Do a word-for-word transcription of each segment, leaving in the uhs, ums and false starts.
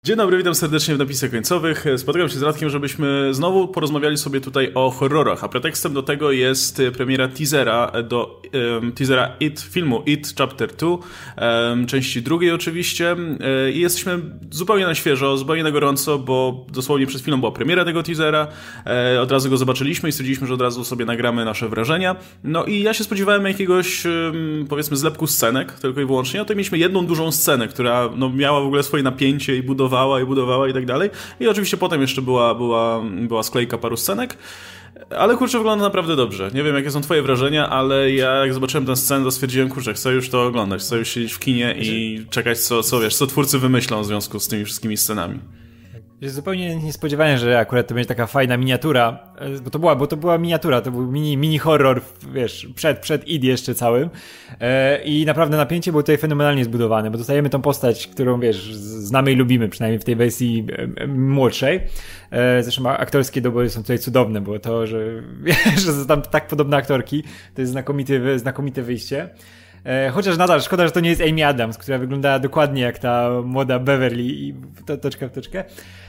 Dzień dobry, witam serdecznie w napisach końcowych. Spotykam się z Radkiem, żebyśmy znowu porozmawiali sobie tutaj o horrorach, a pretekstem do tego jest premiera teasera do um, teasera It, filmu It Chapter dwa, um, części drugiej oczywiście. I jesteśmy zupełnie na świeżo, zupełnie na gorąco, bo dosłownie przed chwilą była premiera tego teasera. Od razu go zobaczyliśmy i stwierdziliśmy, że od razu sobie nagramy nasze wrażenia. No i ja się spodziewałem jakiegoś, powiedzmy, zlepku scenek, tylko i wyłącznie. No to mieliśmy jedną dużą scenę, która no, miała w ogóle swoje napięcie i budowała i budowała i tak dalej. I oczywiście potem jeszcze była, była, była sklejka paru scenek. Ale kurczę, wygląda naprawdę dobrze. Nie wiem, jakie są twoje wrażenia, ale ja jak zobaczyłem tę scenę, to stwierdziłem, kurczę, chcę już to oglądać, chcę już siedzieć w kinie i czekać, co, co wiesz, co twórcy wymyślą w związku z tymi wszystkimi scenami. Ja zupełnie nie spodziewałem, że akurat to będzie taka fajna miniatura, bo to była, bo to była miniatura, to był mini, mini horror, wiesz, przed, przed Id jeszcze całym i naprawdę napięcie było tutaj fenomenalnie zbudowane, bo dostajemy tą postać, którą, wiesz, znamy i lubimy, przynajmniej w tej wersji młodszej. Zresztą aktorskie dobory są tutaj cudowne, bo to, że, że są tam tak podobne aktorki, to jest znakomite, znakomite wyjście. Chociaż nadal szkoda, że to nie jest Amy Adams, która wyglądała dokładnie jak ta młoda Beverly i to, toczka w toczkę.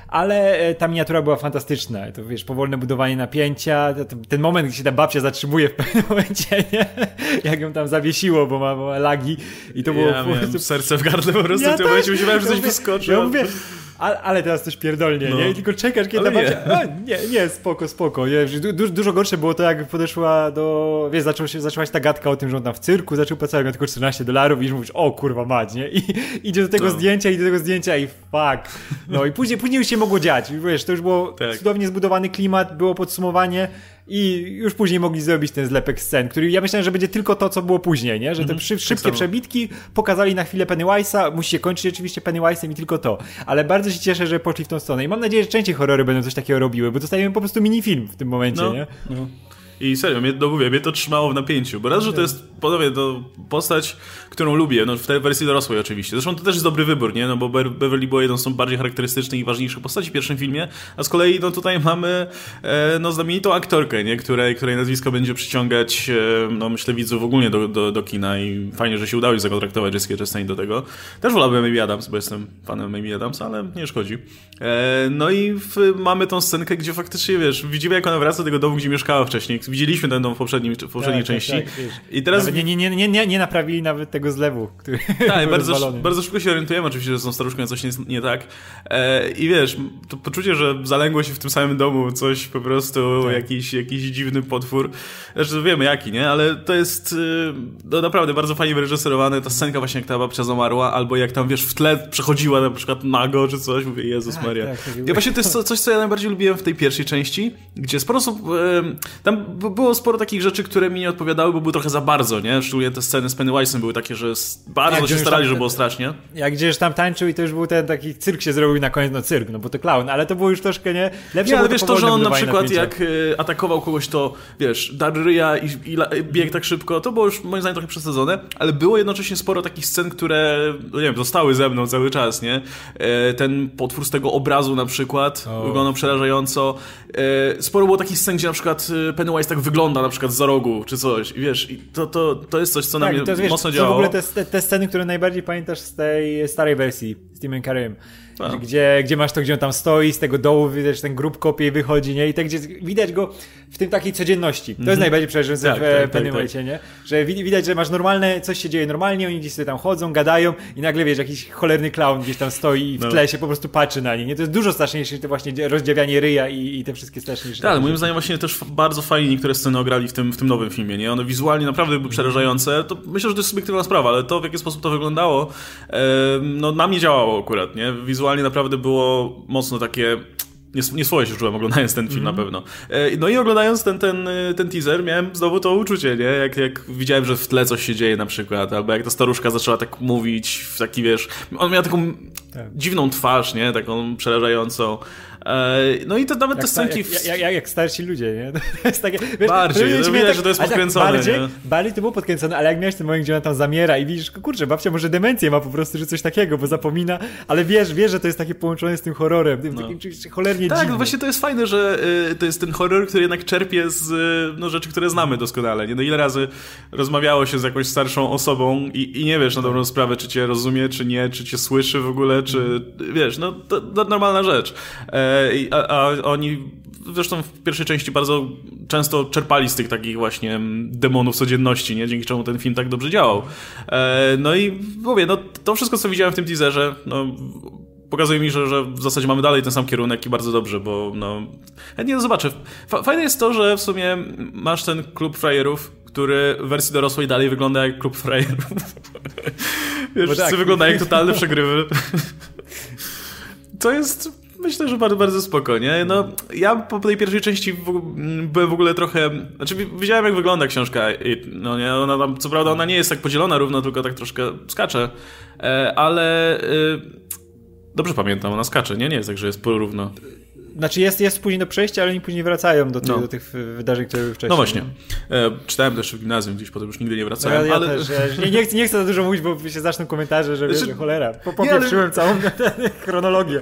Ale ta miniatura była fantastyczna. To wiesz, powolne budowanie napięcia, ten moment, gdzie się ta babcia zatrzymuje w pewnym momencie, nie? Jak ją tam zawiesiło, bo ma, bo ma lagi i to było... Ja po prostu... serce w gardle po prostu, ja w tym momencie myślałem, że coś wyskoczy. Ja mówię, ale, ale teraz coś pierdolnie, no. Nie? I tylko czekasz, kiedy ta babcia... No, nie, nie, spoko, spoko. Nie? Du, dużo gorsze było to, jak podeszła do... Wiesz, zaczął się, zaczęła się ta gadka o tym, że on tam w cyrku zaczął pracować, miał tylko czternaście dolarów i już mówisz, o kurwa mać, nie? I idzie do tego no. zdjęcia, idzie do tego zdjęcia i fuck. No i później, później już się mogło dziać. Wiesz, to już było tak. Cudownie zbudowany klimat, było podsumowanie i już później mogli zrobić ten zlepek scen, który ja myślałem, że będzie tylko to, co było później, nie? Że te mm-hmm. szybkie tak przebitki pokazali na chwilę Pennywise'a, musi się kończyć oczywiście Pennywise'em i tylko to. Ale bardzo się cieszę, że poszli w tą stronę i mam nadzieję, że częściej horrory będą coś takiego robiły, bo dostajemy po prostu minifilm w tym momencie, no. nie? No. I serio, mnie, no mówię, mnie to trzymało w napięciu, bo raz, że to jest, podobnie, to postać, którą lubię, no w tej wersji dorosłej oczywiście. Zresztą to też jest dobry wybór, nie? No bo Beverly była jedną z bardziej charakterystycznych i ważniejszych postaci w pierwszym filmie, a z kolei no tutaj mamy e, no znamienitą aktorkę, nie? Której, której nazwisko będzie przyciągać, e, no myślę, widzów ogólnie do, do, do kina i fajnie, że się udało zakontraktować Jessica Chastain do tego. Też wolałbym Amy Adams, bo jestem fanem Amy Adams, ale nie szkodzi. E, no i w, mamy tą scenkę, gdzie faktycznie, wiesz, widzimy jak ona wraca do tego domu, gdzie mieszkała wcześniej. Widzieliśmy ten dom w poprzednim, w poprzedniej tak, części. Tak, tak, I teraz... Nawet nie, nie, nie, nie, nie naprawili nawet tego zlewu, który tak, bardzo, bardzo szybko się orientujemy oczywiście, że z tą staruszką coś nie, nie tak. E, I wiesz, to poczucie, że zalęgło się w tym samym domu coś po prostu, tak. jakiś, jakiś dziwny potwór. Zresztą wiemy jaki, nie? Ale to jest no, naprawdę bardzo fajnie wyreżyserowane. Ta scenka właśnie jak ta babcia zamarła, albo jak tam, wiesz, w tle przechodziła na przykład nago czy coś. Mówię, Jezus tak, Maria. Tak, tak, I właśnie to jest coś, co ja najbardziej lubiłem w tej pierwszej części, gdzie sporo osób, e, tam było sporo takich rzeczy, które mi nie odpowiadały, bo były trochę za bardzo, nie? Szczególnie te sceny z Pennywise'em były takie, że bardzo jak się starali, tam, żeby było strasznie. Jak gdzieś tam tańczył i to już był ten taki cyrk się zrobił na koniec, no cyrk, no bo to clown, ale to było już troszkę, nie? Lepsze nie, ale było wiesz, to, że on na przykład napięcia. Jak y, atakował kogoś, to wiesz, dar ryja i, i, i biegł tak szybko, to było już moim zdaniem trochę przesadzone, ale było jednocześnie sporo takich scen, które, no nie wiem, zostały ze mną cały czas, nie? E, ten potwór z tego obrazu na przykład, oh. wyglądał przerażająco. E, sporo było takich scen, gdzie na przykład Pennywise tak wygląda na przykład z za rogu, czy coś. I wiesz, i to, to, to jest coś, co tak, na mnie to jest, wiesz, mocno działało. To w ogóle te, te sceny, które najbardziej pamiętasz z tej starej wersji z Timem Carreyem. Gdzie, gdzie masz to, gdzie on tam stoi, z tego dołu widać, ten grób kopie i wychodzi, nie? I tak, gdzie widać go w tym takiej codzienności. To mm-hmm. jest najbardziej przerażające tak, w tak, Pennywise, tak, tak. nie? Że widać, że masz normalne, coś się dzieje normalnie, oni gdzieś sobie tam chodzą, gadają i nagle, wiesz, jakiś cholerny clown gdzieś tam stoi i w no. tle się po prostu patrzy na nie, nie? To jest dużo straszniejsze niż to właśnie rozdziawianie ryja i, i te wszystkie straszniejsze. Tak, moim zdaniem właśnie też bardzo fajnie niektóre sceny ograli w tym, w tym nowym filmie, nie? One wizualnie naprawdę były przerażające. To myślę, że to jest subiektywna sprawa, ale to, w jaki sposób to wyglądało, e, no na mnie działało akurat, nie? Wizualnie naprawdę było mocno takie... Nie, nie swoje się czułem oglądając ten film mm-hmm. na pewno. No i oglądając ten, ten, ten teaser miałem znowu to uczucie, nie? Jak, jak widziałem, że w tle coś się dzieje na przykład, albo jak ta staruszka zaczęła tak mówić, w taki wiesz... On miał taką tak. dziwną twarz, nie? Taką przerażającą. No i to nawet jak te scenki... Jak, jak, jak, jak starsi ludzie, nie? To jest takie, wiesz, bardziej, no widać, tak, że to jest podkręcone. Tak, bardziej, nie? bardziej to było podkręcone, ale jak miałeś ten moment, gdzie ona tam zamiera i widzisz, kurczę, babcia może demencję ma po prostu, że coś takiego, bo zapomina, ale wiesz, wiesz, że to jest takie połączone z tym horrorem, tym no. takim czymś cholernie tak, dziwnym. No właśnie to jest fajne, że y, to jest ten horror, który jednak czerpie z y, no, rzeczy, które znamy doskonale. Nie? No ile razy rozmawiało się z jakąś starszą osobą i, i nie wiesz na dobrą sprawę, czy cię rozumie, czy nie, czy cię słyszy w ogóle, czy wiesz, no to, to normalna rzecz. E, a, a oni zresztą w pierwszej części bardzo często czerpali z tych takich właśnie demonów codzienności, nie? Dzięki czemu ten film tak dobrze działał. E, no i mówię, no to wszystko, co widziałem w tym teaserze, no pokazuje mi, że, że w zasadzie mamy dalej ten sam kierunek i bardzo dobrze, bo no chętnie to zobaczę. Fajne jest to, że w sumie masz ten klub frajerów, który w wersji dorosłej dalej wygląda jak klub frajerów. Wiesz, wszyscy tak. Wyglądają jak totalne przegrywy. To jest... Myślę, że bardzo, bardzo spoko, nie? No, ja po tej pierwszej części w, byłem w ogóle trochę... Znaczy, wiedziałem, jak wygląda książka. I, no nie, ona tam, co prawda, ona nie jest tak podzielona równo, tylko tak troszkę skacze. E, ale... E, dobrze pamiętam, ona skacze, nie? Nie jest tak, że jest porówno. Znaczy jest, jest później do przejścia, ale oni później wracają do, ty, no. do tych wydarzeń, które były wcześniej. No właśnie. E, czytałem też w gimnazjum, gdzieś potem już nigdy nie wracałem. No ja, ja ale... też, ja, nie, nie, chcę, nie chcę za dużo mówić, bo się zaczną komentarze, że, wiesz, że cholera. Popieprzyłem ale... całą chronologię.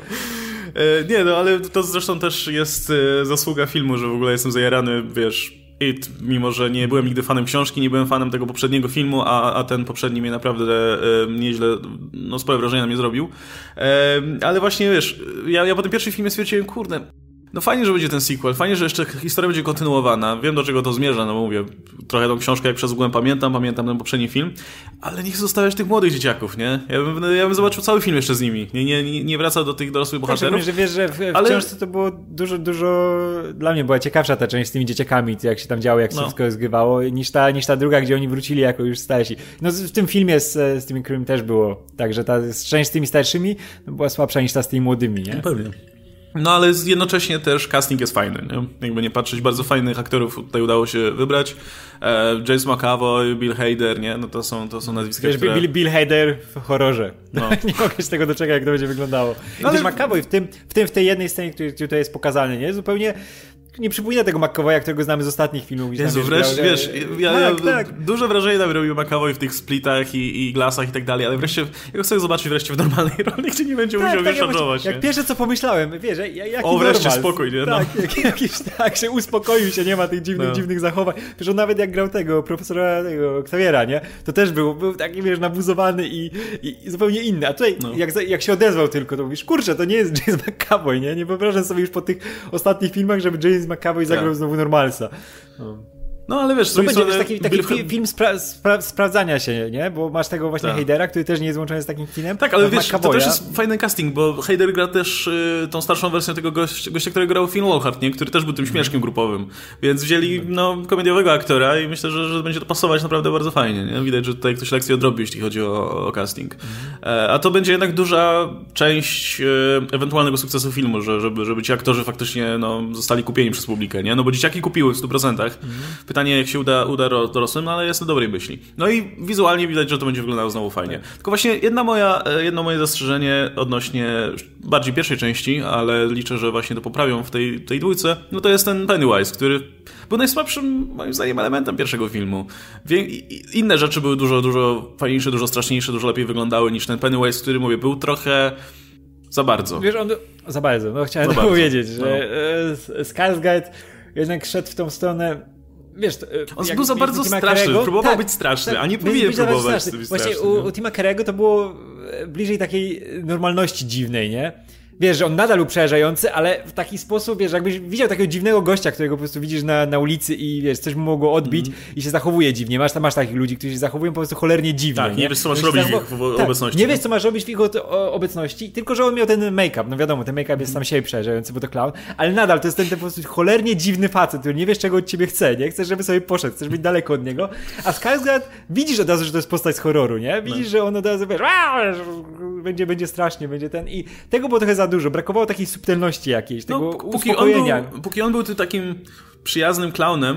Nie, no ale to zresztą też jest zasługa filmu, że w ogóle jestem zajarany, wiesz, It, mimo że nie byłem nigdy fanem książki, nie byłem fanem tego poprzedniego filmu, a, a ten poprzedni mnie naprawdę e, nieźle, no spore wrażenie na mnie zrobił. E, ale właśnie, wiesz, ja, ja po tym pierwszym filmie stwierdziłem, kurde, no fajnie, że będzie ten sequel, fajnie, że jeszcze historia będzie kontynuowana. Wiem, do czego to zmierza, no mówię, trochę tą książkę jak przez mgłę pamiętam, pamiętam ten poprzedni film, ale nie chcę zostawiać tych młodych dzieciaków, nie? Ja bym, ja bym zobaczył cały film jeszcze z nimi. Nie, nie, nie wracał do tych dorosłych bohaterów. Tak, że wiesz, że w, w ale... książce to było dużo, dużo... Dla mnie była ciekawsza ta część z tymi dzieciakami, jak się tam działo, jak się no. wszystko zgrywało, niż ta, niż ta druga, gdzie oni wrócili jako już starsi. No w tym filmie z, z tymi Krym też było tak, że ta część z tymi starszymi była słabsza niż ta z tymi młodymi, nie? Pewnie. No ale jednocześnie też casting jest fajny, nie? Jakby nie patrzeć, bardzo fajnych aktorów tutaj udało się wybrać. E, James McAvoy, Bill Hader, nie? No to są, to są nazwiska, wiesz, które... Bill, Bill Hader w horrorze. No. Nie mogę się tego doczekać, jak to będzie wyglądało. No, ale... Też McAvoy w tym, w tym, w tej jednej scenie, która tutaj jest pokazany, nie? Zupełnie nie przypomina tego McAvoya, którego znamy z ostatnich filmów. Jezu, tam, wreszcie, grał, wiesz, ja, tak, ja, tak. duże wrażenie nam robił McAvoy w tych splitach i, i glasach i tak dalej, ale wreszcie, ja chcę zobaczyć wreszcie w normalnej roli, gdzie nie będzie tak, musiał tak, wyszarżować. Ja jak pierwsze co pomyślałem, wiesz, jaki o, wreszcie normal. spokój, nie? No. Tak, jak, jakiś, tak, że uspokoił się, nie ma tych dziwnych, no. dziwnych zachowań. Wiesz, on nawet jak grał tego profesora tego Xaviera, nie? To też był, był taki, wiesz, nabuzowany i, i, i zupełnie inny. A tutaj, no. jak, jak się odezwał tylko, to mówisz, kurczę, to nie jest James McAvoy, nie? Nie wyobrażam sobie już po tych ostatnich filmach, żeby James McAvoy zagrał tak. znowu normalsa. No. No ale wiesz, to będzie strony, taki, taki Bill... film spra spra sprawdzania się, nie? Bo masz tego właśnie tak. Hadera, który też nie jest złączony z takim kinem. Tak, ale wiesz, McAvoya. To też jest fajny casting, bo Hader gra też y, tą starszą wersję tego gościa, gościa którego grał Finn Wolfhard, nie? Który też był tym śmieszkiem grupowym. Więc wzięli no, komediowego aktora i myślę, że, że będzie to pasować naprawdę bardzo fajnie, nie? Widać, że tutaj ktoś lekcję odrobił, jeśli chodzi o, o casting. E, a to będzie jednak duża część e, ewentualnego sukcesu filmu, że, żeby, żeby ci aktorzy faktycznie no, zostali kupieni przez publikę, nie? No bo dzieciaki kupiły w stu procentach. Pytanie, jak się uda, uda dorosłym, no ale jest to dobrej myśli. No i wizualnie widać, że to będzie wyglądało znowu fajnie. Tylko właśnie jedna moja, jedno moje zastrzeżenie odnośnie bardziej pierwszej części, ale liczę, że właśnie to poprawią w tej, tej dwójce, no to jest ten Pennywise, który był najsłabszym, moim zdaniem, elementem pierwszego filmu. Wie, inne rzeczy były dużo, dużo fajniejsze, dużo straszniejsze, dużo lepiej wyglądały niż ten Pennywise, który, mówię, był trochę za bardzo. Wiesz, on... Za bardzo, no chciałem to powiedzieć, no. że no. Skarsgård jednak szedł w tą stronę. Wiesz, to, on był za bardzo straszny, Carrego, próbował tak, być straszny, tak, a nie powinien próbować być Właśnie straszny. u, u Tima Carrego to było bliżej takiej normalności dziwnej, nie? Wiesz, że on nadal był przerażający, ale w taki sposób, wiesz, jakbyś widział takiego dziwnego gościa, którego po prostu widzisz na, na ulicy i wiesz, coś mu mogło odbić mm. i się zachowuje dziwnie. Masz, masz takich ludzi, którzy się zachowują po prostu cholernie dziwnie. Tak, nie, nie wiesz, co masz robić w ich tak, obecności. Nie wiesz, co masz robić w ich obecności, tylko że on miał ten make-up. No wiadomo, ten make-up jest sam siebie przerażający, bo to clown, ale nadal to jest ten, ten po prostu cholernie dziwny facet, który nie wiesz, czego od ciebie chce, nie? Chcesz, żeby sobie poszedł, chcesz być daleko od niego, a Skarsgård widzisz od razu, że to jest postać z horroru, nie? Widzisz, no. że on od razu, wiesz, będzie, będzie strasznie, będzie ten i tego było trochę za dużo. Brakowało takiej subtelności jakiejś, tego no, póki uspokojenia. On był, póki on był takim przyjaznym klaunem,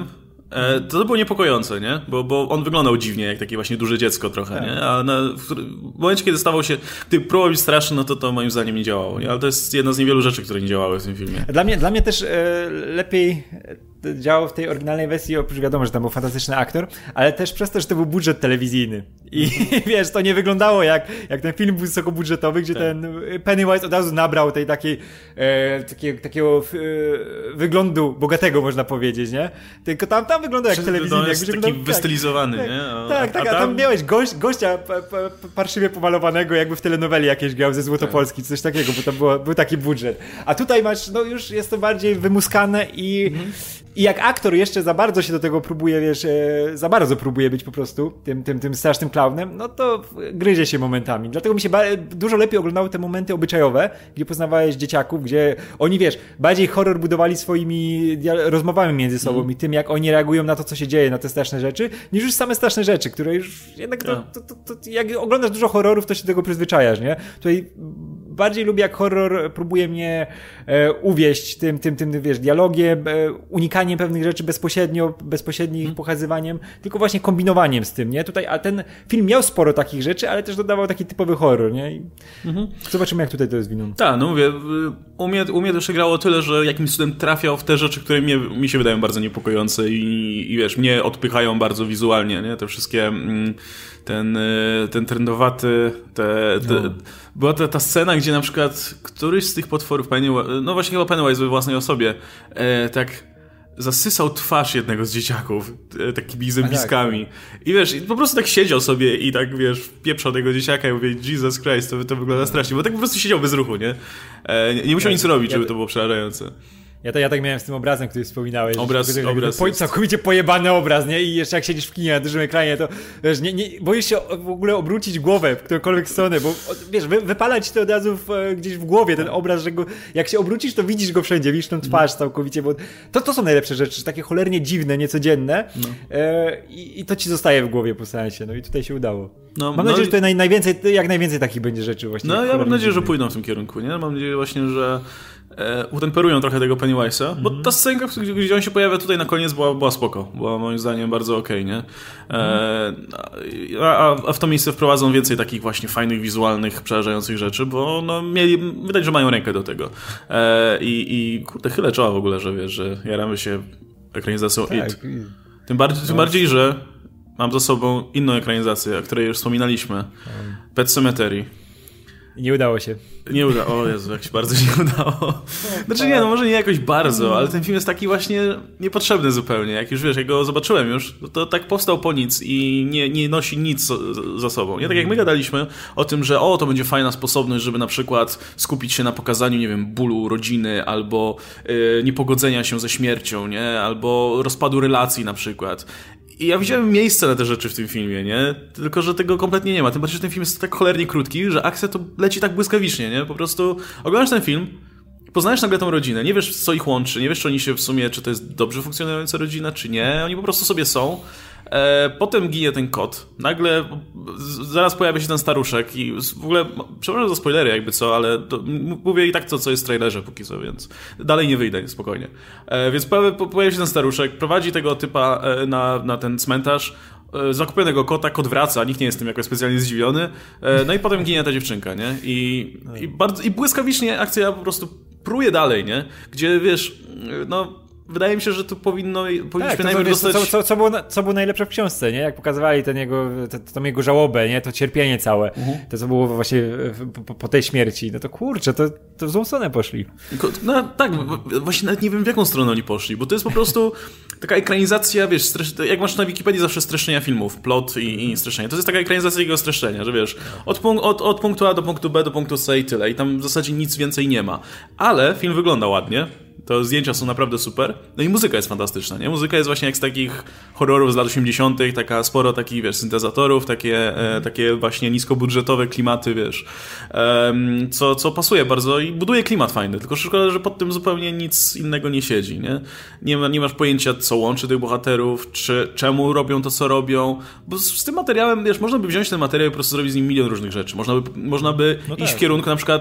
E, to było niepokojące, nie? Bo, bo on wyglądał dziwnie, jak takie właśnie duże dziecko trochę, tak. nie? A na, w, w momencie, kiedy stawał się, gdy próbował być straszny, no to to moim zdaniem nie działało, nie? Ale to jest jedna z niewielu rzeczy, które nie działały w tym filmie. Dla mnie, dla mnie też e, lepiej działał w tej oryginalnej wersji, oprócz wiadomo, że tam był fantastyczny aktor, ale też przez to, że to był budżet telewizyjny. I wiesz, to nie wyglądało jak, jak ten film wysokobudżetowy, gdzie tak. ten Pennywise od razu nabrał tej takiej e, takie, takiego e, wyglądu bogatego, można powiedzieć, nie? Tylko tam, tam wygląda jak telewizyjny. To jest taki wyglądał, wystylizowany, tak, nie? A, tak, tak, a, a tam, tam miałeś gość, gościa p, p, parszywie pomalowanego, jakby w telenoweli jakieś grał ze Złotopolski, coś takiego, bo tam było, był taki budżet. A tutaj masz, no już jest to bardziej wymuskane i mhm. I jak aktor jeszcze za bardzo się do tego próbuje, wiesz, e, za bardzo próbuje być po prostu tym, tym, tym strasznym klaunem, no to gryzie się momentami. Dlatego mi się ba- dużo lepiej oglądały te momenty obyczajowe, gdzie poznawałeś dzieciaków, gdzie oni, wiesz, bardziej horror budowali swoimi dia- rozmowami między sobą mm. i tym, jak oni reagują na to, co się dzieje, na te straszne rzeczy, niż już same straszne rzeczy, które już jednak to, to, to, to, to jak oglądasz dużo horrorów, to się do tego przyzwyczajasz, nie? Tutaj bardziej lubię, jak horror próbuje mnie e, uwieść tym, tym, tym, wiesz, dialogiem, e, unikaniem pewnych rzeczy bezpośrednio, bezpośrednim hmm. pokazywaniem, tylko właśnie kombinowaniem z tym, nie? Tutaj, a ten film miał sporo takich rzeczy, ale też dodawał taki typowy horror, nie? I mhm. zobaczymy, jak tutaj to rozwiną. Tak, no mówię, u mnie, u mnie też grało tyle, że jakimś cudem trafiał w te rzeczy, które mnie, mi się wydają bardzo niepokojące i, i wiesz, mnie odpychają bardzo wizualnie, nie? Te wszystkie... Mm, ten, ten trendowaty, te, te, no. była ta, ta scena, gdzie na przykład któryś z tych potworów, Pennywise, no właśnie chyba Pennywise we własnej osobie, e, tak zasysał twarz jednego z dzieciaków e, takimi zębiskami. Tak. I wiesz, i po prostu tak siedział sobie i tak, wiesz, pieprzał tego dzieciaka i mówię, Jesus Christ, to, to wygląda strasznie, bo tak po prostu siedział bez ruchu, nie? E, nie, nie musiał ja, nic robić, ja, żeby to było przerażające. Ja, to, ja tak miałem z tym obrazem, który wspominałeś. Obraz, że, obraz po, całkowicie pojebany obraz, nie? I jeszcze jak siedzisz w kinie na dużym ekranie, to wiesz, nie, nie, boisz się w ogóle obrócić głowę w którąkolwiek stronę, bo wiesz, wy, wypalać to od razu w, gdzieś w głowie ten obraz, że go, jak się obrócisz, to widzisz go wszędzie, widzisz tą twarz całkowicie, bo to, to są najlepsze rzeczy, takie cholernie dziwne, niecodzienne no. e, i, i to ci zostaje w głowie po seansie, no i tutaj się udało. No, mam no nadzieję, i... że tutaj naj, najwięcej, jak najwięcej takich będzie rzeczy właśnie. No ja mam nadzieję, że pójdą w tym kierunku, nie? Mam nadzieję właśnie, że e, utemperują trochę tego Pennywise'a, mm-hmm. bo ta scenka, gdzie on się pojawia tutaj na koniec była, była spoko, była moim zdaniem bardzo okej, okay, nie? E, mm-hmm. a, a w to miejsce wprowadzą więcej takich właśnie fajnych, wizualnych, przerażających rzeczy, bo no, mieli, widać, że mają rękę do tego. E, i, I kurde, chylę czoła w ogóle, że wiesz, że jaramy się ekranizacją tak. It. Tym bardziej, tym bardziej, że mam za sobą inną ekranizację, o której już wspominaliśmy. Pet Sematary. Nie udało się. Nie udało, o Jezu, jak się bardzo się nie udało. Znaczy nie, no może nie jakoś bardzo, ale ten film jest taki właśnie niepotrzebny zupełnie. Jak już wiesz, jak go zobaczyłem już, to tak powstał po nic i nie, nie nosi nic za sobą. Nie tak jak my gadaliśmy o tym, że o, to będzie fajna sposobność, żeby na przykład skupić się na pokazaniu, nie wiem, bólu rodziny albo yy, niepogodzenia się ze śmiercią, nie? Albo rozpadu relacji na przykład. I ja widziałem miejsce na te rzeczy w tym filmie, nie? Tylko, że tego kompletnie nie ma. Tym bardziej, że ten film jest tak cholernie krótki, że akcja to leci tak błyskawicznie, nie? Po prostu oglądasz ten film, poznajesz nagle tą rodzinę, nie wiesz, co ich łączy, nie wiesz, czy oni się w sumie, czy to jest dobrze funkcjonująca rodzina, czy nie. Oni po prostu sobie są. E, potem ginie ten kot. Nagle z, zaraz pojawia się ten staruszek i w ogóle, przepraszam za spoilery jakby co, ale to, mówię i tak to, co jest w trailerze póki co, więc dalej nie wyjdę, spokojnie. E, więc pojawia, pojawia się ten staruszek, prowadzi tego typa e, na, na ten cmentarz, e, zakupionego kota, kot wraca, nikt nie jest tym jakoś specjalnie zdziwiony, e, no i potem ginie ta dziewczynka, nie? I, i, bardzo, i błyskawicznie akcja po prostu pruje dalej, nie? Gdzie, wiesz, no wydaje mi się, że tu powinno, powinniśmy tak, najpierw dostać... Co, co, co, było, co było najlepsze w książce, nie? Jak pokazywali ten jego, to, tą jego żałobę, nie? To cierpienie całe, uh-huh. to co było właśnie po, po tej śmierci. No to kurczę, to, to w złą stronę poszli. No tak, właśnie nawet nie wiem, w jaką stronę oni poszli, bo to jest po prostu taka ekranizacja, wiesz, stresz... jak masz na Wikipedii zawsze streszczenia filmów, plot i, i streszczenia. To jest taka ekranizacja jego streszczenia, że wiesz, od, punk- od, od punktu A do punktu B do punktu C i tyle. I tam w zasadzie nic więcej nie ma. Ale film wygląda ładnie. To zdjęcia są naprawdę super. No i muzyka jest fantastyczna, nie? Muzyka jest właśnie jak z takich horrorów z lat osiemdziesiątych, taka sporo takich, wiesz, syntezatorów, takie, e, takie właśnie niskobudżetowe klimaty, wiesz, e, co, co pasuje bardzo i buduje klimat fajny, tylko szkoda, że pod tym zupełnie nic innego nie siedzi, nie? Nie, ma, nie masz pojęcia, co łączy tych bohaterów, czy, czemu robią to, co robią, bo z, z tym materiałem, wiesz, można by wziąć ten materiał i po prostu zrobić z nim milion różnych rzeczy. Można by, można by no iść tak. w kierunku na przykład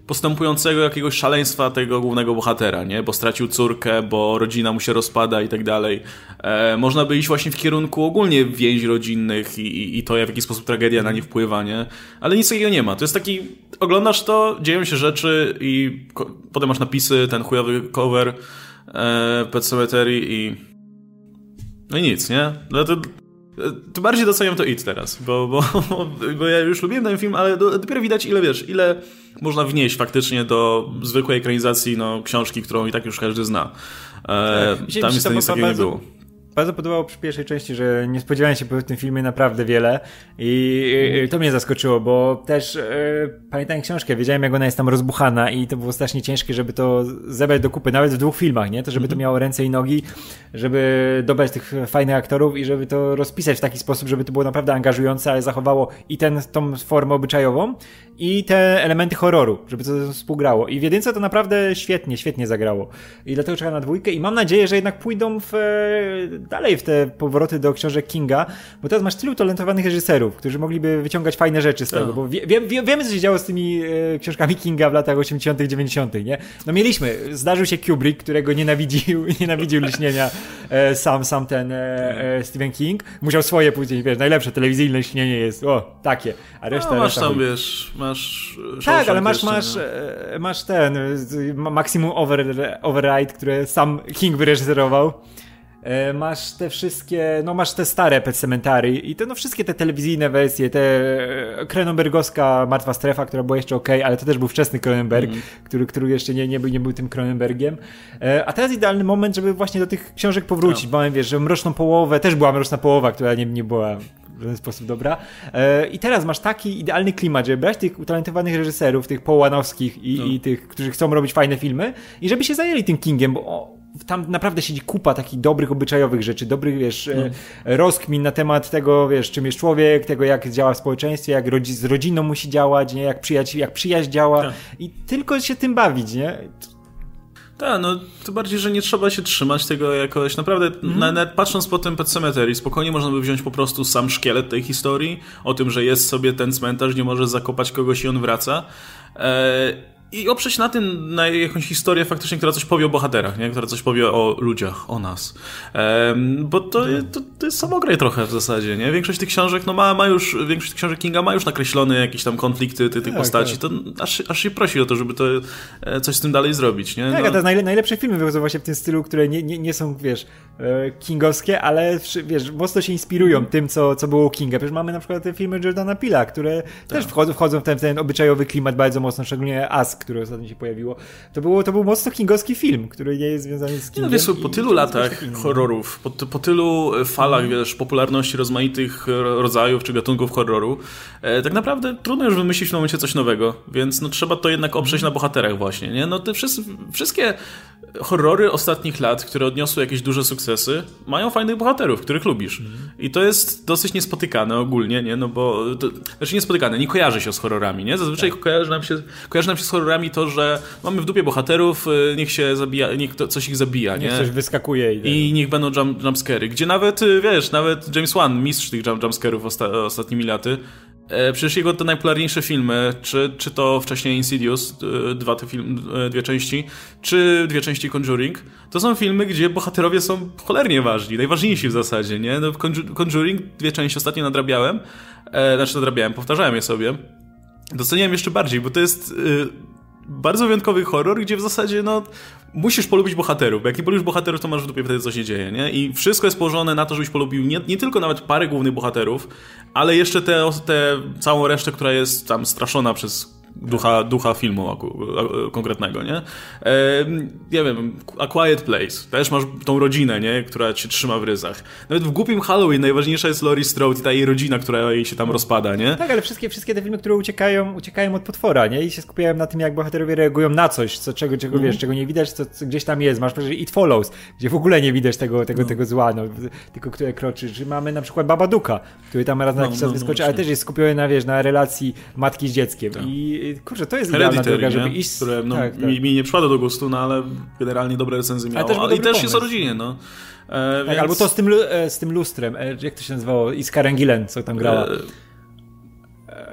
postępującego jakiegoś szaleństwa tego głównego bohatera, nie? Bo stracił córkę, bo rodzina mu się rozpada i tak dalej. E, można by iść właśnie w kierunku ogólnie więzi rodzinnych i, i, i to, w jaki sposób tragedia na nie wpływa, nie? Ale nic takiego nie ma. To jest taki, oglądasz to, dzieją się rzeczy i ko- potem masz napisy, ten chujowy cover e, Pet Sematary i no i nic, nie? No to Tym bardziej doceniam to It teraz, bo, bo, bo ja już lubiłem ten film, ale do, dopiero widać ile, wiesz, ile można wnieść faktycznie do zwykłej ekranizacji no, książki, którą i tak już każdy zna. E, tak. Tam nic takiego nie było. Bardzo podobało przy pierwszej części, że nie spodziewałem się po tym filmie naprawdę wiele i, i to mnie zaskoczyło, bo też e, pamiętam książkę, wiedziałem jak ona jest tam rozbuchana i to było strasznie ciężkie, żeby to zebrać do kupy, nawet w dwóch filmach, nie? To żeby to miało ręce i nogi, żeby dobrać tych fajnych aktorów i żeby to rozpisać w taki sposób, żeby to było naprawdę angażujące, ale zachowało i ten, tą formę obyczajową i te elementy horroru, żeby to współgrało. I w jedynce to naprawdę świetnie, świetnie zagrało. I dlatego czekam na dwójkę i mam nadzieję, że jednak pójdą w dalej w te powroty do książek Kinga, bo teraz masz tylu talentowanych reżyserów, którzy mogliby wyciągać fajne rzeczy z tego, no. Bo wie, wie, wiemy, co się działo z tymi e, książkami Kinga w latach osiemdziesiątych, dziewięćdziesiątych, nie? No mieliśmy, zdarzył się Kubrick, którego nienawidził, nienawidził Lśnienia e, sam, sam ten e, e, Stephen King. Musiał swoje później, wiesz, najlepsze telewizyjne Lśnienie jest, o, takie, a reszta... No, masz reszta tam, chuj. wiesz, masz... Tak, ale masz, jeszcze, masz, e, masz ten Maximum Over, Override, które sam King wyreżyserował. Masz te wszystkie, no masz te stare Pet Sematary i te, no wszystkie te telewizyjne wersje, te Cronenbergowska Martwa Strefa, która była jeszcze okej, okay, ale to też był wczesny Cronenberg, mm. który, który jeszcze nie, nie, był, nie był tym Cronenbergiem. A teraz idealny moment, żeby właśnie do tych książek powrócić, no. Bo mam, wiesz, że Mroczną Połowę, też była Mroczna Połowa, która nie, nie była w żaden sposób dobra. I teraz masz taki idealny klimat, żeby brać tych utalentowanych reżyserów, tych połanowskich i, no. i tych, którzy chcą robić fajne filmy i żeby się zajęli tym Kingiem, bo o, tam naprawdę siedzi kupa takich dobrych, obyczajowych rzeczy, dobrych, wiesz, no. rozkmin na temat tego, wiesz, czym jest człowiek, tego, jak działa w społeczeństwie, jak rodzi- z rodziną musi działać, nie? Jak, przyjaźń, jak przyjaźń działa tak. I tylko się tym bawić, nie? Tak, no to bardziej, że nie trzeba się trzymać tego jakoś, naprawdę, mm. nawet patrząc po tym Pet Sematary, spokojnie można by wziąć po prostu sam szkielet tej historii, o tym, że jest sobie ten cmentarz, nie może zakopać kogoś i on wraca. Eee, I oprzeć na tym, na jakąś historię faktycznie, która coś powie o bohaterach, nie? Która coś powie o ludziach, o nas. Um, bo to, to, to jest samograj trochę w zasadzie, nie? Większość tych książek, no ma, ma już, większość tych książek Kinga ma już nakreślone jakieś tam konflikty tych, tych tak, postaci, tak. To aż, aż się prosi o to, żeby to coś z tym dalej zrobić, nie? Tak, no. a te najle- najlepsze filmy wychodzą właśnie w tym stylu, które nie, nie, nie są, wiesz, kingowskie, ale wiesz, mocno się inspirują mm. tym, co, co było u Kinga. Przecież mamy na przykład te filmy Jordana Peela, które tak. też wchodzą, wchodzą w ten, w ten obyczajowy klimat bardzo mocno, szczególnie Us, które ostatnio się pojawiło. To, było, to był mocno kingowski film, który nie jest związany z Kingiem. No wiesz, po tylu latach horrorów, po, po tylu falach, mm. wiesz, popularności rozmaitych rodzajów czy gatunków horroru, e, tak naprawdę trudno już wymyślić w tym momencie coś nowego, więc no trzeba to jednak oprzeć mm. na bohaterach właśnie, nie? No te wszyscy, wszystkie horrory ostatnich lat, które odniosły jakieś duże sukcesy, mają fajnych bohaterów, których lubisz. Mm. I to jest dosyć niespotykane ogólnie, nie? No bo, to, znaczy niespotykane, nie kojarzy się z horrorami, nie? Zazwyczaj tak. kojarzy, nam się, kojarzy nam się z horrorami to, że mamy w dupie bohaterów, niech się zabija, niech to, coś ich zabija, niech nie? coś wyskakuje. I, I niech będą jump, jumpscary, gdzie nawet, wiesz, nawet James Wan, mistrz tych jump, jumpscarów osta, ostatnimi laty, e, przecież jego te najpopularniejsze filmy, czy, czy to wcześniej Insidious, e, dwa te film, e, dwie części, czy dwie części Conjuring, to są filmy, gdzie bohaterowie są cholernie ważni, najważniejsi w zasadzie, nie? No, Conjuring, dwie części ostatnio nadrabiałem, e, znaczy nadrabiałem, powtarzałem je sobie, doceniałem jeszcze bardziej, bo to jest... E, bardzo wyjątkowy horror, gdzie w zasadzie no musisz polubić bohaterów, bo jak nie polubisz bohaterów, to masz w dupie wtedy co się dzieje, nie? I wszystko jest położone na to, żebyś polubił nie, nie tylko nawet parę głównych bohaterów, ale jeszcze tę te, te, całą resztę, która jest tam straszona przez ducha, ducha filmu aku, a, konkretnego, nie? E, nie wiem, A Quiet Place. Też masz tą rodzinę, nie? Która cię trzyma w ryzach. Nawet w głupim Halloween najważniejsza jest Laurie Strode i ta jej rodzina, która jej się tam rozpada, nie? Tak, ale wszystkie, wszystkie te filmy, które uciekają, uciekają od potwora, nie? I się skupiają na tym, jak bohaterowie reagują na coś, co, czego, czego mm. wiesz, czego nie widać, co, co gdzieś tam jest. Masz przecież It Follows, gdzie w ogóle nie widać tego, tego, no. tego zła, no, tylko które kroczy. Czy mamy na przykład Babadooka, który tam raz na jakiś no, czas no, wyskoczy, no, ale też jest skupiony na, wiesz, na relacji matki z dzieckiem. Tak. I kurczę, to jest idealna droga, żeby iść... Które, no, tak, tak. Mi, mi nie przypada do gustu, no ale generalnie dobre recenzje miało. Ale też I też pomysł. Jest o rodzinie, no. E, tak, więc... Albo to z tym, z tym lustrem, jak to się nazywało? I z Karen Gillan, co tam grała. E...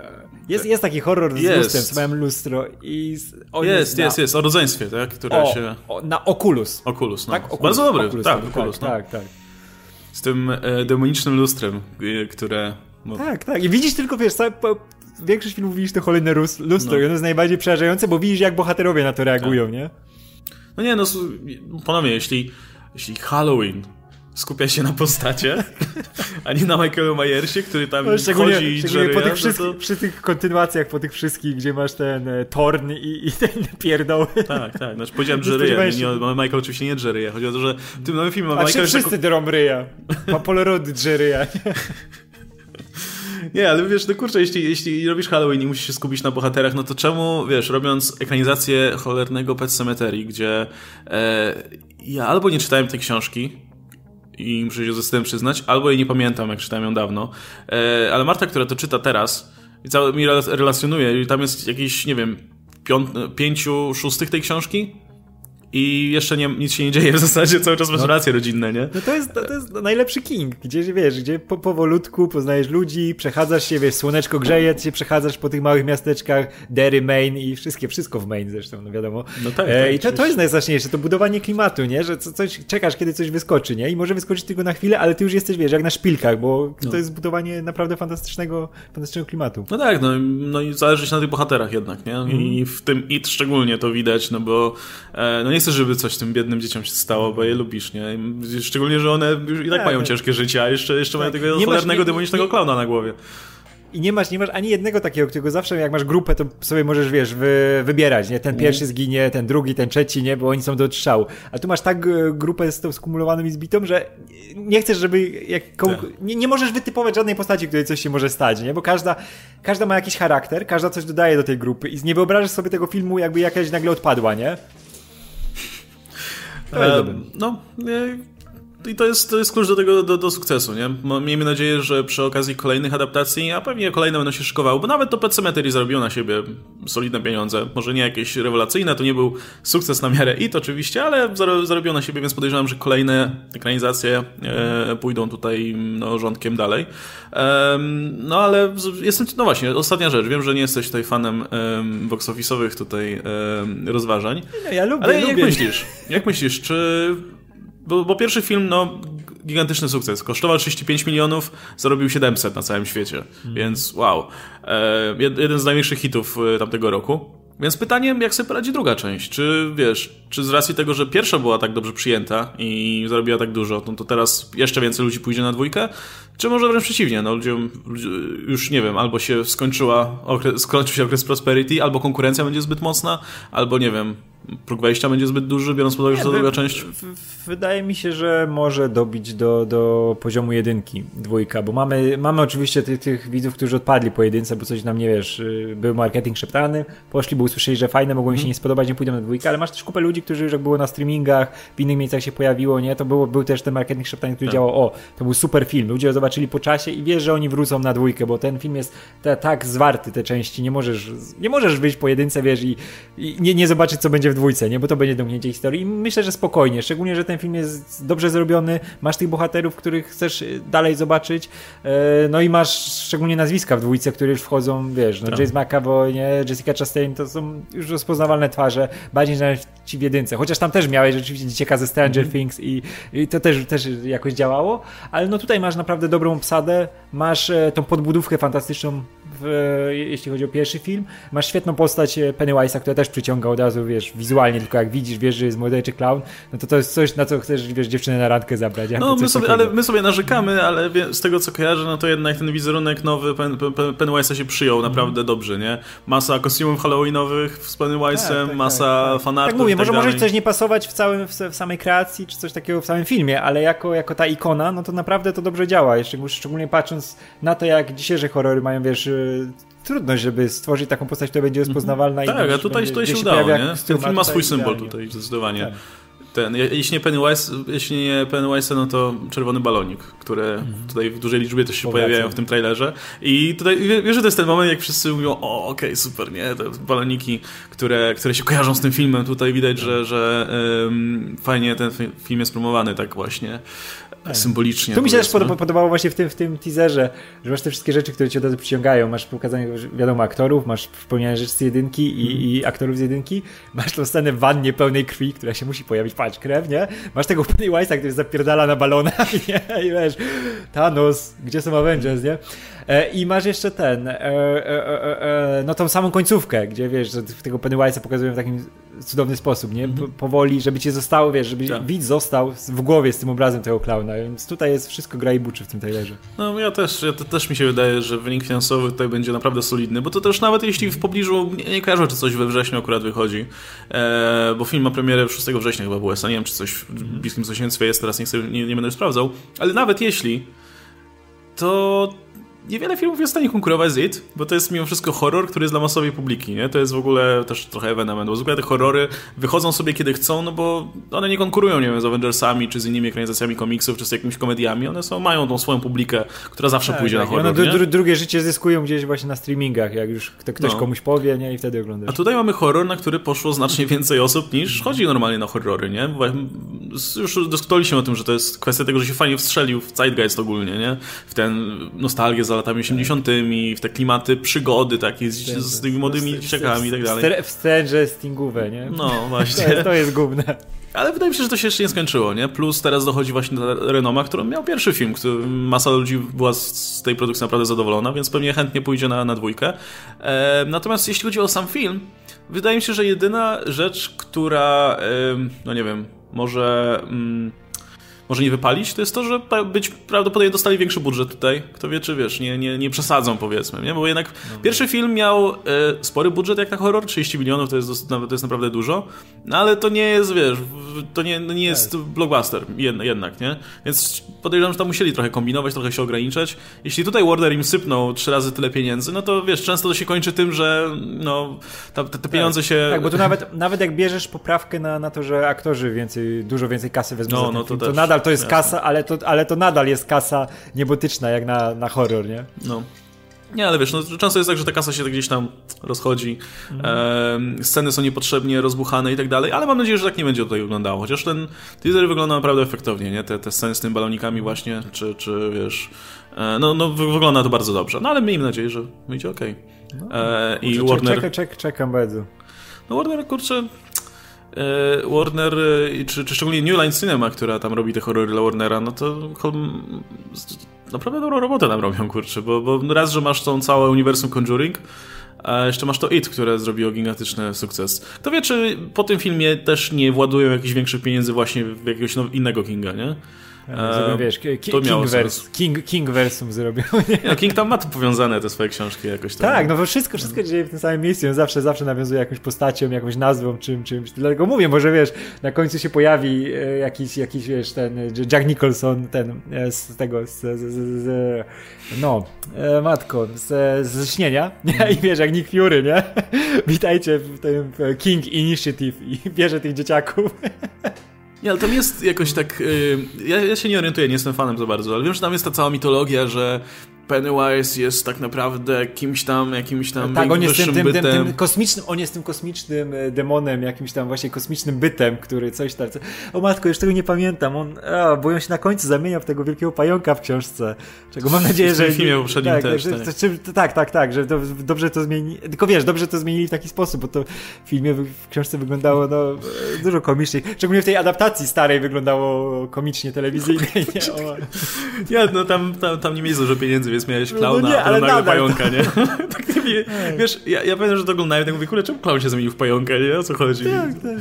Jest, jest taki horror z jest. lustrem, co miałem lustro i... On jest, jest, jest, jest, o rodzeństwie, tak? Które o, się... O, na Oculus. Oculus, no. Tak? Oculus, bardzo dobry, Oculus, tak, tak, Oculus, tak, no. tak, tak. Z tym e, demonicznym lustrem, e, które... No. Tak, tak. I widzisz tylko, wiesz, całe, po, większość filmów widzisz to cholerne lustro no. i ono jest najbardziej przerażające, bo widzisz, jak bohaterowie na to reagują, tak. nie? No nie, no ponownie, jeśli, jeśli Halloween skupia się na postacie, a nie na Michaelu Myersie, który tam no, szczególnie, chodzi i szczególnie po tych no to... przy tych kontynuacjach, po tych wszystkich, gdzie masz ten e, Torn i, i ten pierdoł. Tak, tak. Znaczy powiedziałem Jerry'a, nie, nie, Michael oczywiście nie Jerry'a. Chodzi o to, że w tym nowym filmie a Michael... A wszyscy taką... drą ryja. Ma polorody Jerry'a. Nie, ale wiesz, no kurczę, jeśli, jeśli robisz Halloween i musisz się skupić na bohaterach, no to czemu, wiesz, robiąc ekranizację cholernego Pet Sematary, gdzie e, ja albo nie czytałem tej książki i muszę się ze wstydem przyznać, albo jej nie pamiętam, jak czytałem ją dawno, e, ale Marta, która to czyta teraz i cały mi relacjonuje i tam jest jakieś, nie wiem, piąt, pięciu szóstych tej książki i jeszcze nie, nic się nie dzieje w zasadzie, cały czas masz no, racje rodzinne, nie? No to jest, to, to jest najlepszy King, gdzie wiesz, gdzie po, powolutku poznajesz ludzi, przechadzasz się, wiesz, słoneczko grzeje, się przechadzasz po tych małych miasteczkach, Derry, Maine i wszystkie, wszystko w Maine zresztą, no wiadomo. No tak, e, tak, I to, to jest najstraszniejsze, to budowanie klimatu, nie? Że coś, czekasz, kiedy coś wyskoczy, nie? I może wyskoczyć tylko na chwilę, ale ty już jesteś, wiesz, jak na szpilkach, bo no. to jest budowanie naprawdę fantastycznego, fantastycznego klimatu. No tak, no, no i zależy się na tych bohaterach jednak, nie? Mm. I w tym It szczególnie to widać, no bo e, no nie chcesz, żeby coś tym biednym dzieciom się stało, bo je lubisz, nie? Szczególnie, że one już i tak, tak mają tak. ciężkie życie, a jeszcze, jeszcze tak. mają tego nie cholernego, masz, nie, demonicznego nie, klauna na głowie. I nie masz, nie masz ani jednego takiego, którego zawsze jak masz grupę, to sobie możesz, wiesz, wy, wybierać, nie? Ten pierwszy zginie, ten drugi, ten trzeci, nie? Bo oni są do odstrzału. A tu masz tak grupę z tą skumulowaną i zbitą, że nie chcesz, żeby jak komu... nie, nie możesz wytypować żadnej postaci, której coś się może stać, nie? Bo każda, każda ma jakiś charakter, każda coś dodaje do tej grupy i nie wyobrażasz sobie tego filmu, jakby jakaś nagle odpadła, nie? Um, no, nie, i to jest, to jest klucz do tego, do, do sukcesu, nie? Miejmy nadzieję, że przy okazji kolejnych adaptacji, a pewnie kolejne będą się szykowały, bo nawet to Pet Sematary zrobiło na siebie solidne pieniądze. Może nie jakieś rewelacyjne, to nie był sukces na miarę It oczywiście, ale zarobiło na siebie, więc podejrzewam, że kolejne ekranizacje e, pójdą tutaj no, rządkiem dalej. E, no ale jestem, no właśnie, ostatnia rzecz. Wiem, że nie jesteś tutaj fanem e, box office'owych tutaj e, rozważań. No, ja lubię, ale lubię. jak myślisz? Jak myślisz, czy... Bo, bo pierwszy film, no, gigantyczny sukces. Kosztował trzydzieści pięć milionów, zarobił siedemset na całym świecie. Mm. Więc wow. E, jeden z największych hitów tamtego roku. Więc pytanie, jak sobie poradzi druga część? Czy, wiesz, czy z racji tego, że pierwsza była tak dobrze przyjęta i zarobiła tak dużo, no to teraz jeszcze więcej ludzi pójdzie na dwójkę? Czy może wręcz przeciwnie? No, ludziom już, nie wiem, albo się skończyła okres, skończył się okres prosperity, albo konkurencja będzie zbyt mocna, albo, nie wiem, próg wejścia będzie zbyt duży, biorąc pod uwagę, że to druga część. W, w, wydaje mi się, że może dobić do, do poziomu jedynki dwójka, bo mamy, mamy oczywiście tych, tych widzów, którzy odpadli po jedynce, bo coś nam, nie wiesz, był marketing szeptany, poszli, bo usłyszeli, że fajne, mogło im się nie spodobać, nie pójdą na dwójkę, ale masz też kupę ludzi, którzy już jak było na streamingach, w innych miejscach się pojawiło, nie, to było, był też ten marketing szeptany, który tak. działał, o, to był super film, ludzie zobaczyli po czasie i wiesz, że oni wrócą na dwójkę, bo ten film jest te, tak zwarty, te części, nie możesz, nie możesz wyjść po jedynce, wiesz, i, i nie, nie zobaczyć, co będzie w dwójce, nie, bo to będzie domknięcie historii i myślę, że spokojnie, szczególnie, że ten film jest dobrze zrobiony, masz tych bohaterów, których chcesz dalej zobaczyć, no i masz szczególnie nazwiska w dwójce, które już wchodzą, wiesz, no, tak. James McAvoy, nie, Jessica Chastain, to są już rozpoznawalne twarze, bardziej niż ci w jedynce, chociaż tam też miałeś rzeczywiście dzieciaka ze Stranger mm-hmm. Things i, i to też, też jakoś działało, ale no tutaj masz naprawdę dobrą obsadę, masz tą podbudówkę fantastyczną w, jeśli chodzi o pierwszy film, masz świetną postać Pennywise'a, która też przyciąga od razu, wiesz, wizualnie, tylko jak widzisz, wiesz, że jest morderczy clown, no to to jest coś, na co chcesz, wiesz, dziewczynę na randkę zabrać. No my sobie, ale my sobie narzekamy, ale z tego co kojarzę, no to jednak ten wizerunek nowy Pen, Pen, Pennywise'a się przyjął naprawdę mm. dobrze, nie? Masa kostiumów halloweenowych z Pennywise'em, tak, tak, masa tak, fanartów. Tak mówię, może tak może coś nie pasować w całym, w, w samej kreacji, czy coś takiego w samym filmie, ale jako, jako ta ikona, no to naprawdę to dobrze działa, jeszcze szczególnie patrząc na to, jak dzisiejsze horrory mają, wiesz, trudność, żeby stworzyć taką postać, która będzie rozpoznawalna. Mm-hmm. Tak, a tutaj, tutaj się udało, nie? Ten film ma swój symbol tutaj, zdecydowanie. Tak. Ten, jeśli nie Pennywise, jeśli nie Pennywise, no to czerwony balonik, które mm-hmm. tutaj w dużej liczbie też się Powracam. pojawiają w tym trailerze. I tutaj, wiesz, że to jest ten moment, jak wszyscy mówią, o, okej, okay, super, nie? Te baloniki, które, które się kojarzą z tym filmem. Tutaj widać, że, że um, fajnie ten film jest promowany tak właśnie. symbolicznie. Tu mi się też podobało właśnie w tym, w tym teaserze, że masz te wszystkie rzeczy, które cię od razu przyciągają. Masz pokazanie, wiadomo, aktorów, masz wspomniane rzeczy z jedynki i, mm. i aktorów z jedynki. Masz tą scenę w wannie pełnej krwi, która się musi pojawić, patrz, krew, nie? Masz tego Pennywise'a, który zapierdala na balonach, nie? I wiesz, Thanos, gdzie są Avengers, nie? E, I masz jeszcze ten, e, e, e, no tą samą końcówkę, gdzie wiesz, że tego Pennywise'a pokazują w takim cudowny sposób, nie? Mm-hmm. Powoli, żeby cię zostało, wiesz, żeby tak. widz został w głowie z tym obrazem tego klauna, więc tutaj jest wszystko gra i buczy w tym trailerze. No ja też, ja to też mi się wydaje, że wynik finansowy tutaj będzie naprawdę solidny, bo to też nawet jeśli w pobliżu, nie, nie kojarzę, czy coś we wrześniu akurat wychodzi, e, bo film ma premierę szóstego września chyba w U S A, nie wiem, czy coś w bliskim sąsiedztwie jest, teraz nie, chcę, nie, nie będę już sprawdzał, ale nawet jeśli, to niewiele filmów jest w stanie konkurować z It, bo to jest mimo wszystko horror, który jest dla masowej publiki, nie? To jest w ogóle też trochę ewenement, bo zwykle te horrory wychodzą sobie kiedy chcą, no bo one nie konkurują, nie wiem, z Avengersami, czy z innymi ekranizacjami komiksów, czy z jakimiś komediami, one są, mają tą swoją publikę, która zawsze tak, pójdzie tak. na horror, one dru- drugie życie zyskują gdzieś właśnie na streamingach, jak już ktoś no. komuś powie, nie? I wtedy oglądasz. A tutaj mamy horror, na który poszło znacznie więcej osób niż chodzi normalnie na horrory, nie? Bo już dyskutowaliśmy o tym, że to jest kwestia tego, że się fajnie wstrzelił w zeitgeist ogólnie, nie? W ten nostalgię za latami osiemdziesiątymi, w te klimaty przygody takie z, z tymi młodymi dzieciakami i tak dalej. W scenze stingowe, nie? No właśnie. To jest, to jest gówne. Ale wydaje mi się, że to się jeszcze nie skończyło, nie? Plus teraz dochodzi właśnie do Renoma, który miał pierwszy film, który masa ludzi była z tej produkcji naprawdę zadowolona, więc pewnie chętnie pójdzie na, na dwójkę. E, natomiast jeśli chodzi o sam film, wydaje mi się, że jedyna rzecz, która, e, no nie wiem, może... Mm, może nie wypalić, to jest to, że być prawdopodobnie dostali większy budżet tutaj. Kto wie, czy wiesz, nie, nie, nie przesadzą, powiedzmy, nie? Bo jednak no, pierwszy film miał e, spory budżet jak na horror, trzydzieści milionów to jest, to jest naprawdę dużo, no ale to nie jest, wiesz, to nie, nie jest tak. blockbuster jednak, nie? Więc podejrzewam, że tam musieli trochę kombinować, trochę się ograniczać. Jeśli tutaj Warner im sypnął trzy razy tyle pieniędzy, no to wiesz, często to się kończy tym, że no, ta, te, te pieniądze tak. się... Tak, bo tu nawet, nawet jak bierzesz poprawkę na, na to, że aktorzy więcej, dużo więcej kasy wezmą no, za ten no, film, to, to nadal to jest jasne. kasa, ale to, ale to nadal jest kasa niebotyczna jak na, na horror, nie? No. Nie, ale wiesz, no, często jest tak, że ta kasa się gdzieś tam rozchodzi, mm. e, sceny są niepotrzebnie rozbuchane i tak dalej, ale mam nadzieję, że tak nie będzie tutaj wyglądało, chociaż ten teaser wygląda naprawdę efektownie, nie? Te, te sceny z tymi balonikami właśnie, czy, czy wiesz, e, no, no wygląda to bardzo dobrze, no ale miejmy nadzieję, że wyjdzie okej. Okay. E, I kurczę, Warner... Czekam, czek, czekam bardzo. No Warner, kurczę... Warner, czy, czy szczególnie New Line Cinema, która tam robi te horrory dla Warnera, no to naprawdę dobrą robotę tam robią, kurczę, bo, bo raz, że masz tą całe uniwersum Conjuring, a jeszcze masz to It, które zrobiło gigantyczny sukces. Kto wie, czy po tym filmie też nie władują jakichś większych pieniędzy właśnie w jakiegoś innego Kinga, nie? Zrobią, wiesz, ki- King, vers, King, King versum zrobią. Nie, King tam ma tu powiązane te swoje książki jakoś tam. Tak, no bo wszystko, wszystko dzieje w tym samym miejscu. On zawsze, zawsze nawiązuje jakąś postacią, jakąś nazwą, czym, czymś. Dlatego mówię, może wiesz, na końcu się pojawi jakiś, jakiś wiesz, ten Jack Nicholson, ten z tego, z, z, z, z no, matko, z, z Śnienia, nie? I wiesz, jak Nick Fury, nie? Witajcie w tym King Initiative i bierze tych dzieciaków. Nie, ale tam jest jakoś tak... Yy, ja, ja się nie orientuję, nie jestem fanem za bardzo, ale wiem, że tam jest ta cała mitologia, że Pennywise jest tak naprawdę kimś tam, jakimś tam tak, on jest tym, tym, bytem. Tym, tym kosmicznym, on jest tym kosmicznym demonem, jakimś tam właśnie kosmicznym bytem, który coś tam... O matko, już tego nie pamiętam. On, a, bo on się na końcu zamienia w tego wielkiego pająka w książce. Czego mam nadzieję, że... W filmie poprzednim tak, też. Że, tak. To, tak, tak, tak, że to, dobrze to zmieni... Tylko wiesz, dobrze to zmienili w taki sposób, bo to w filmie, w książce wyglądało no, dużo komiczniej. Szczególnie w tej adaptacji starej wyglądało komicznie telewizyjnie. Nie, o... ja, no tam, tam, tam nie mieli dużo pieniędzy, więc miałeś klauna, no nie, ale nadal pająka, nie? tak, nie wiesz, ja, ja pamiętam, że to oglądałem i tak mówię, kurde, czemu klaun się zamienił w pająka, nie? O co chodzi? Tak, tak.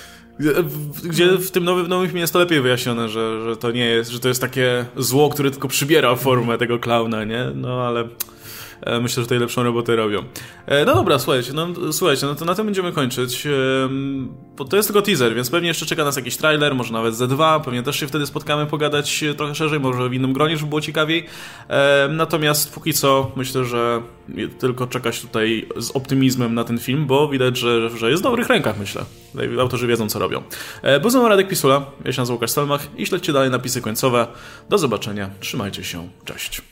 Gdzie w tym nowym, nowym filmie jest to lepiej wyjaśnione, że, że to nie jest, że to jest takie zło, które tylko przybiera formę tego klauna, nie? No ale... Myślę, że tutaj lepszą robotę robią. No dobra, słuchajcie, no, słuchajcie, no to na tym będziemy kończyć. Bo to jest tylko teaser, więc pewnie jeszcze czeka nas jakiś trailer, może nawet ze dwa, pewnie też się wtedy spotkamy, pogadać trochę szerzej, może w innym gronie, żeby było ciekawiej. Natomiast póki co myślę, że tylko czekać tutaj z optymizmem na ten film, bo widać, że, że jest w dobrych rękach, myślę. Autorzy wiedzą, co robią. Był ze mną Radek Pisula, ja się nazywam Łukasz Stelmach i śledźcie dalej napisy końcowe. Do zobaczenia, trzymajcie się, cześć.